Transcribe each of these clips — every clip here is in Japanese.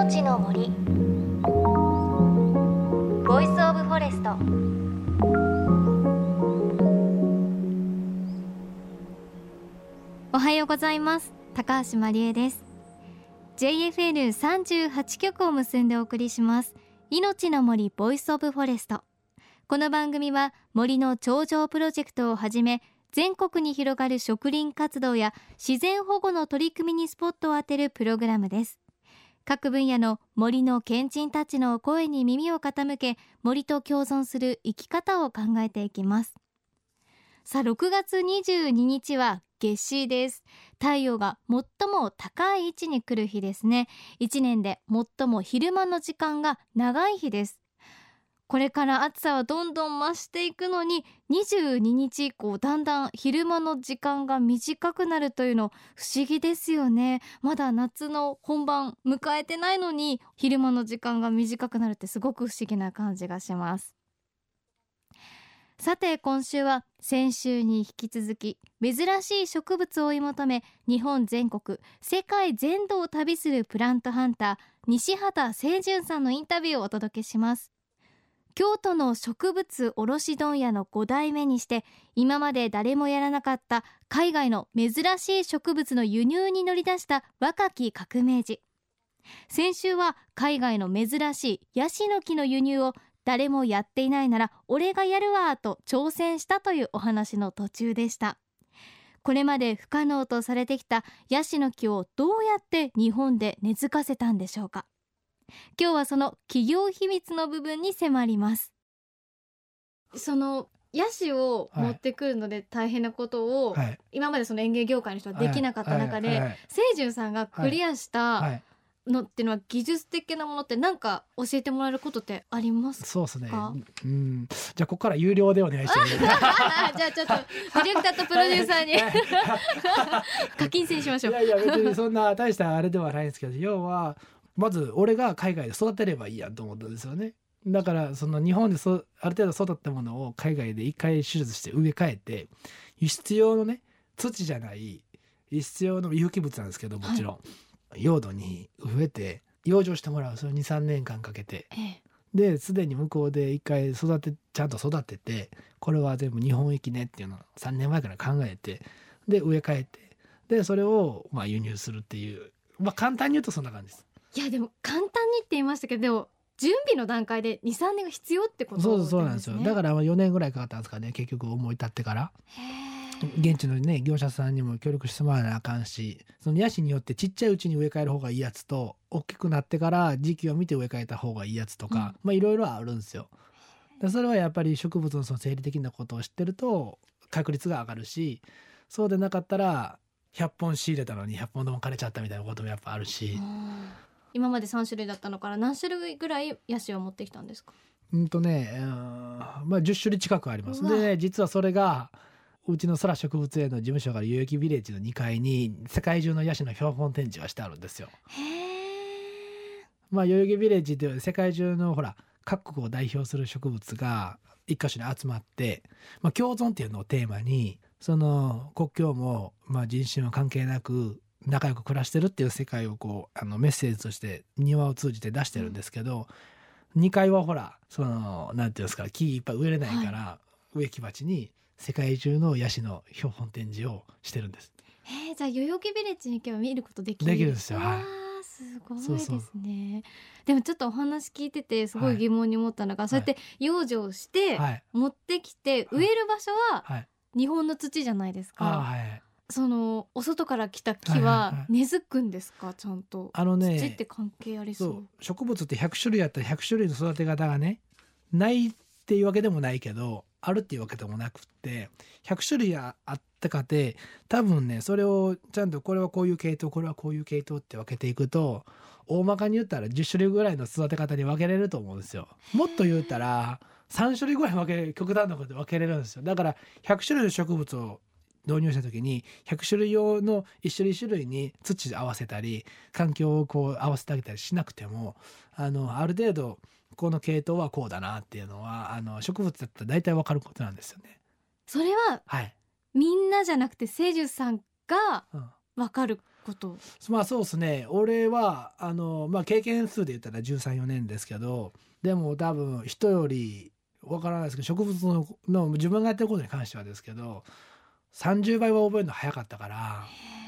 命の森ボイスオブフォレスト。おはようございます。高橋真理恵です。 JFN38 局を結んでお送りします命の森ボイスオブフォレスト。この番組は森の頂上プロジェクトをはじめ全国に広がる植林活動や自然保護の取り組みにスポットを当てるプログラムです。各分野の森の賢人たちの声に耳を傾け、森と共存する生き方を考えていきます。さあ、6月22日は夏至です。太陽が最も高い位置に来る日ですね。1年で最も昼間の時間が長い日です。これから暑さはどんどん増していくのに、22日以降だんだん昼間の時間が短くなるというの不思議ですよね。まだ夏の本番迎えてないのに昼間の時間が短くなるってすごく不思議な感じがします。さて、今週は先週に引き続き珍しい植物を追い求め、日本全国世界全土を旅するプラントハンター西畑清純さんのインタビューをお届けします。京都の植物卸問屋の5代目にして、今まで誰もやらなかった海外の珍しい植物の輸入に乗り出した若き革命児。先週は海外の珍しいヤシの木の輸入を誰もやっていないなら俺がやるわと挑戦したというお話の途中でした。これまで不可能とされてきたヤシの木をどうやって日本で根付かせたんでしょうか。今日はその企業秘密の部分に迫ります。そのヤシを持ってくるので大変なことを、今までその園芸業界の人はできなかった中で、清純さんがクリアしたのっていうのは、技術的なものって何か教えてもらえることってありますか？ そうですね。じゃあここから有料でお願いしていいですか？ じゃあちょっとディレクターとプロデューサーに課金制にしましょう。 いや別にそんな大したあれではないんですけど、要はまず俺が海外で育てればいいやと思ったんですよね。だからその日本である程度育ったものを海外で一回手術して植え替えて、輸出用のね、土じゃない輸出用の有機物なんですけど、もちろん、用土に植えて養生してもらう。それ 2,3 年間かけて、ですでに向こうで一回ちゃんと育てて、これは全部日本行きねっていうのを3年前から考えて、で植え替えて、でそれを輸入するっていう、簡単に言うとそんな感じです。 いやでも簡単にって言いましたけど、でも準備の段階で 2,3 年が必要ってことですね。 そうなんですよ。だから4年ぐらいかかったんですかね、結局思い立ってから。現地のね、業者さんにも協力してもらわなあかんし、そのヤシによってちっちゃいうちに植え替える方がいいやつと、大きくなってから時期を見て植え替えた方がいいやつとか、いろいろあるんですよ。でそれはやっぱり植物のその生理的なことを知ってると確率が上がるし、そうでなかったら100本仕入れたのに100本とも枯れちゃったみたいなこともやっぱあるし。 今まで3種類だったのから何種類ぐらいヤシを持ってきたんですか ？10種類近くあります。でね、実はそれがうちの空植物園の事務所が代々木ビレッジの2階に世界中のヤシの標本展示がしてあるんですよ。代々木ビレッジでは世界中の各国を代表する植物が一箇所に集まって、共存っていうのをテーマに、その国境も人種も関係なく仲良く暮らしてるっていう世界をメッセージとして庭を通じて出してるんですけど、2階はそのなんていうんですか、木いっぱい植えれないから、植木鉢に世界中のヤシの標本展示をしてるんです。 じゃあ代々木ビレッジに行けば見ることできるんですよ。 すごいですね。でもちょっとお話聞いててすごい疑問に思ったのが、そうやって養生して持ってきて植える場所は日本の土じゃないですか。そのお外から来た木は根付くんですか？ちゃんと土って関係ありそう。 植物って100種類あったら100種類の育て方がね、ないっていうわけでもないけど、あるっていうわけでもなくって、100種類あったかて、多分ね、それをちゃんとこれはこういう系統、これはこういう系統って分けていくと、大まかに言ったら10種類ぐらいの育て方に分けれると思うんですよ。もっと言ったら3種類ぐらい極端なことで分けれるんですよ。だから100種類の植物を導入した時に100種類用の一種類一種類に土合わせたり環境を合わせてあげたりしなくても、ある程度この系統はこうだなっていうのは植物だったら大体分かることなんですよね。 それは、みんなじゃなくて清純さんが分かることまあそうですね。俺は経験数で言ったら13、14年ですけど、でも多分人よりわからないですけど、植物の自分がやってることに関してはですけど、30倍は覚えるの早かったから、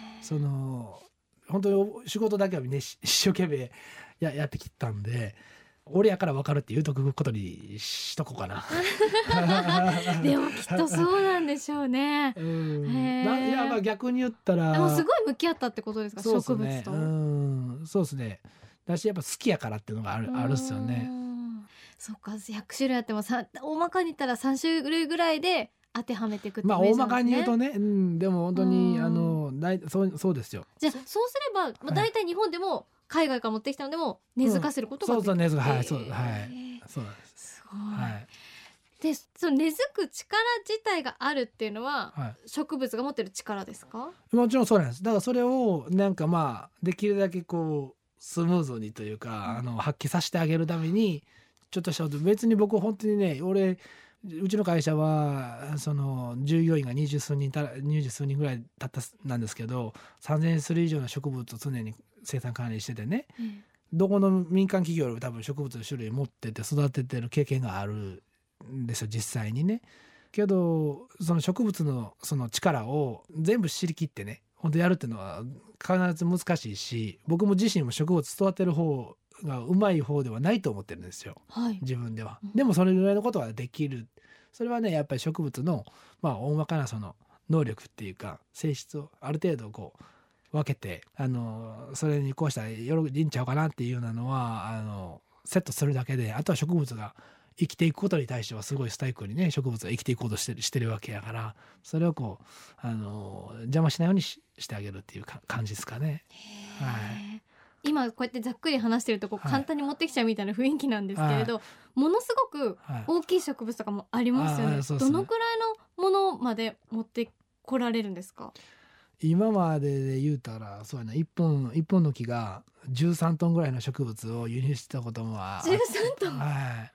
本当に仕事だけはね一生懸命やってきたんで、俺やから分かるって言うとくことにしとこうかな。 でもきっとそうなんでしょうね。 いやまあ逆に言ったら、 でもすごい向き合ったってことですか、 そうです植ね。 物と。 そうですね。だしやっぱ好きやからっていうのがあるっすよね。 そうか、100種類あっても大まかに言ったら3種類ぐらいで当てはめていくってイメージなんですね。 大まかに言うとね、でも本当にそうですよ。 じゃあそうすれば、だいたい日本でも海外から持ってきたのでも根付かせることができる。 そう根付く、はい、そうなんです。 すごい。 はい。 でその根付く力自体があるっていうのは、 はい、 植物が持ってる力ですか？ もちろんそうなんです。だからそれをなんかできるだけこうスムーズにというか、発揮させてあげるためにちょっとしたこと、別に僕本当にね、うちの会社は従業員が20数人ぐらいたったなんですけど、3000種類以上の植物を常に生産管理しててね、どこの民間企業より多分植物の種類持ってて育ててる経験があるんですよ、実際にね。けどその植物のその力を全部知りきってね、本当やるっていうのは必ず難しいし、僕も自身も植物育てる方がうまい方ではないと思ってるんですよ、自分では。でもそれぐらいのことはできる。それはねやっぱり植物の大まかなその能力っていうか性質をある程度こう分けて、それにこうしたらいいんちゃうかなっていうようなのはセットするだけで、あとは植物が生きていくことに対してはすごいスタイクにね、植物が生きていこうとしてるわけやから、それをこう邪魔しないようにしてあげるっていう感じですかね。はい。 今こうやってざっくり話してると簡単に持ってきちゃうみたいな雰囲気なんですけれど、ものすごく大きい植物とかもありますよね。どのくらいのものまで持ってこられるんですか？ 今までで言うたらそうやな、1本の木が13トンぐらいの植物を輸入してたことも 13トン。 はい。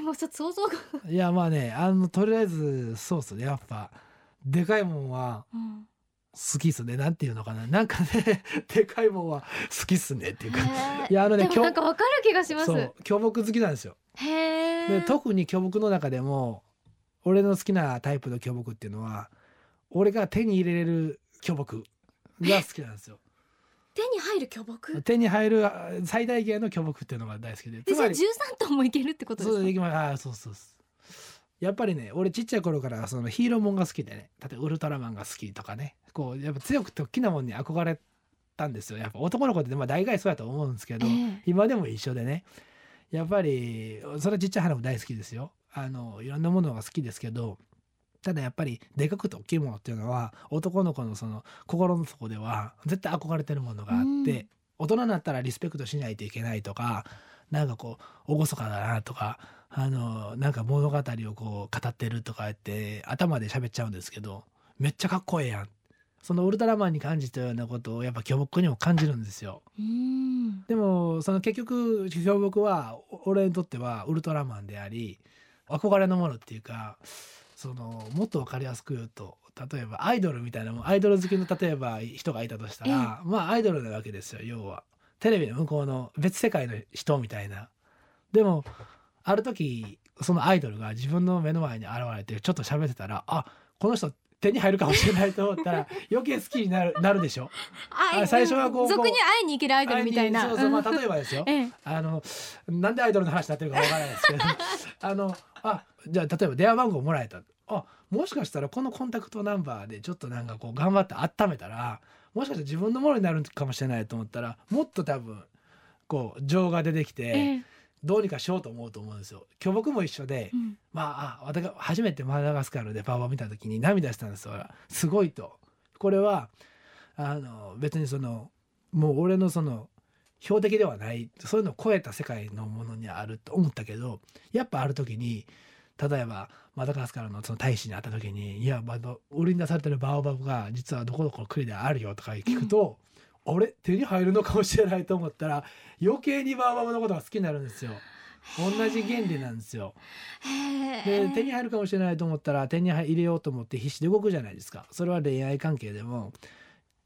もうちょっと想像がいやとりあえずそうっすね、やっぱでかいもんは好きっすね。なんていうのかな、なんかねでかいもんは好きっすねっていうか、 いやでもなんかわかる気がします。 そう巨木好きなんですよ。で特に巨木の中でも俺の好きなタイプの巨木っていうのは、俺が手に入れれる巨木が好きなんですよ。 手に入る巨木、 手に入る最大限の巨木っていうのが大好きで、 つまり13トンもいけるってことですか？ そうできます。そうやっぱりね、俺ちっちゃい頃からそのヒーローもんが好きでね、例えばウルトラマンが好きとかね、こうやっぱ強くて大きなもんに憧れたんですよ。やっぱ男の子って大概そうやと思うんですけど、今でも一緒でね、やっぱりそれはちっちゃい花も大好きですよ。いろんなものが好きですけど、ただやっぱりでかくて大きいものっていうのは男の子のその心の底では絶対憧れてるものがあって、大人になったらリスペクトしないといけないとか、なんかこう厳かだなとか、なんか物語をこう語ってるとか言って頭で喋っちゃうんですけど、めっちゃかっこええやん。そのウルトラマンに感じたようなことをやっぱ巨木にも感じるんですよ。でもその結局巨木は俺にとってはウルトラマンであり憧れのものっていうか、もっと分かりやすく言うと、例えばアイドルみたいなもん、アイドル好きの例えば人がいたとしたら、アイドルなわけですよ。要はテレビの向こうの別世界の人みたいな。でもある時そのアイドルが自分の目の前に現れてちょっと喋ってたら、この人手に入るかもしれないと思ったら余計好きになるでしょ。最初はこう俗に会いに行けるアイドルみたいな。 例えばですよ、なんでアイドルの話になってるかわからないですけどじゃあ例えば電話番号もらえた、もしかしたらこのコンタクトナンバーでちょっとなんかこう頑張って温めたら、もしかしたら自分のものになるかもしれないと思ったら、もっと多分こう情が出てきて、どうにかしようと思うと思うんですよ。巨木も一緒で、私が初めてマダガスカルでパワー見た時に涙したんですよ。すごいと。これは別にもう俺の標的ではない、そういうのを超えた世界のものにあると思ったけど、やっぱある時に例えばマダガスカルのその大使に会った時に、いや売りに出されてるバオバブが実はどこどこの国であるよとか聞くと、俺手に入るのかもしれないと思ったら余計にバオバブのことが好きになるんですよ。同じ原理なんですよ。で手に入るかもしれないと思ったら手に入れようと思って必死で動くじゃないですか。それは恋愛関係でも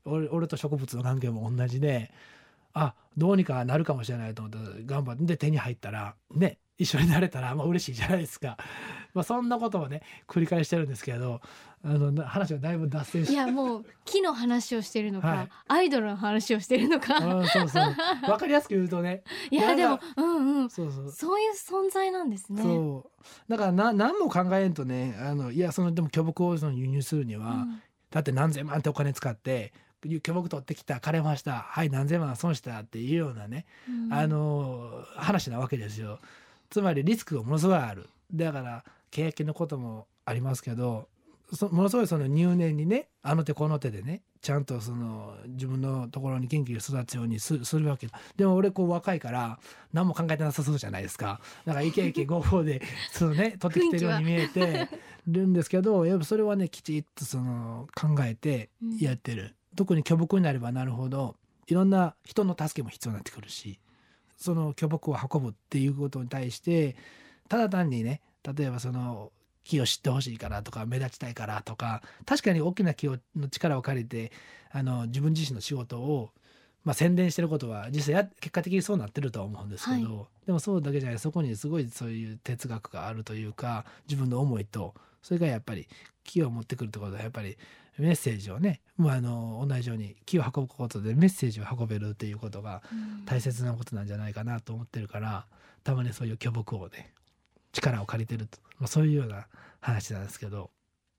俺と植物の関係も同じで、どうにかなるかもしれないと思って頑張って手に入ったらね、一緒になれたら嬉しいじゃないですか。そんなことをね繰り返してるんですけど、話がだいぶ脱線して、 いやもう木の話をしてるのか、 はい、 アイドルの話をしてるのかそう分かりやすく言うとね、 いやでもそういう存在なんですね。 そうだから何も考えんとね、いやでも巨木を輸入するには、だって何千万ってお金使って巨木取ってきた、枯れました、はい何千万損したっていうようなね、話なわけですよ。つまりリスクがものすごいある。だから契約のこともありますけど、ものすごい入念にね、あの手この手でね、ちゃんと自分のところに元気に育つようにするわけ。でも俺若いから何も考えてなさそうじゃないですか。だからイケイケゴーゴーで取ってきてるように見えてるんですけど、やっぱそれはねきちっと考えてやってる。特に巨木になればなるほどいろんな人の助けも必要になってくるし、その巨木を運ぶっていうことに対してただ単にね、例えば木を知ってほしいからとか目立ちたいからとか、確かに大きな木の力を借りて自分自身の仕事を、宣伝してることは実際結果的にそうなってるとは思うんですけど、はい、でもそうだけじゃない、そこにすごいそういう哲学があるというか、自分の思いとそれがやっぱり木を持ってくるってことはやっぱりメッセージをね、同じように木を運ぶことでメッセージを運べるっていうことが大切なことなんじゃないかなと思ってるから、たまにそういう巨木をね力を借りてると、そういうような話なんですけど。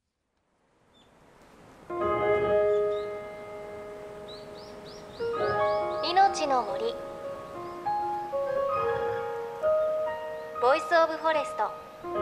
命の森ボイスオブフォレスト。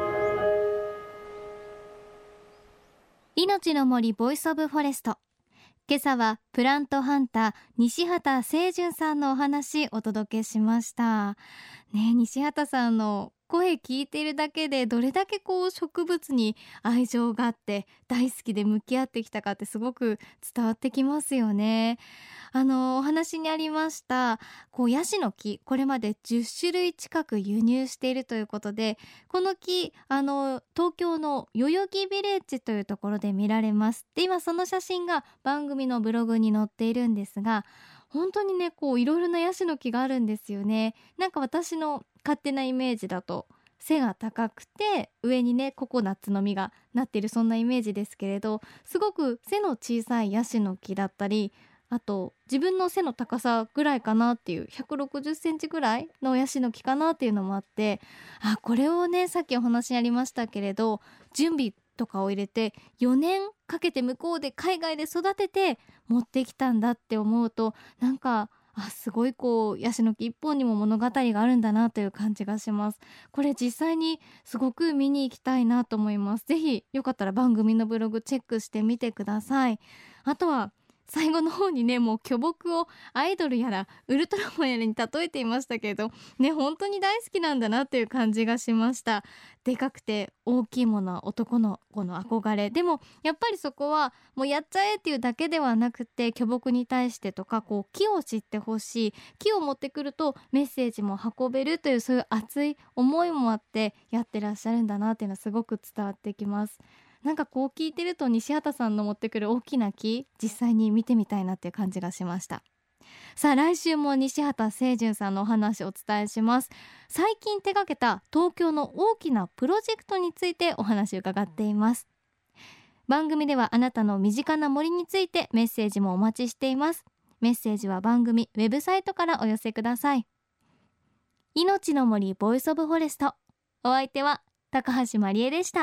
命の森ボイスオブフォレスト。今朝はプラントハンター西畑清純さんのお話お届けしましたね。西畑さんの声聞いているだけでどれだけ植物に愛情があって大好きで向き合ってきたかってすごく伝わってきますよね。お話にありましたヤシの木、これまで10種類近く輸入しているということで、この木東京の代々木ビレッジというところで見られます。で今その写真が番組のブログに載っているんですが、本当にねいろいろなヤシの木があるんですよね。なんか私の勝手なイメージだと背が高くて上にねココナッツの実がなっている、そんなイメージですけれど、すごく背の小さいヤシの木だったり、あと自分の背の高さぐらいかなっていう160センチぐらいのヤシの木かなっていうのもあって、これをねさっきお話にありましたけれど準備とかを入れて4年かけて向こうで海外で育てて持ってきたんだって思うと、なんかすごいヤシの木一本にも物語があるんだなという感じがします。これ実際にすごく見に行きたいなと思います。ぜひよかったら番組のブログチェックしてみてください。あとは最後の方にねもう巨木をアイドルやらウルトラマンやらに例えていましたけどね、本当に大好きなんだなという感じがしました。でかくて大きいものは男の子の憧れでも、やっぱりそこはもうやっちゃえっていうだけではなくて、巨木に対してとか木を知ってほしい、木を持ってくるとメッセージも運べるという、そういう熱い思いもあってやってらっしゃるんだなっていうのはすごく伝わってきます。なんか聞いてると西畑さんの持ってくる大きな木、実際に見てみたいなっていう感じがしました。さあ来週も西畑清純さんのお話をお伝えします。最近手掛けた東京の大きなプロジェクトについてお話を伺っています。番組ではあなたの身近な森についてメッセージもお待ちしています。メッセージは番組ウェブサイトからお寄せください。命の森ボイスオブフォレスト、お相手は高橋まりえでした。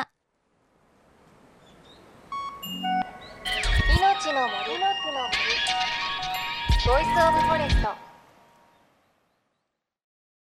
命の森ボイスオブフォレスト。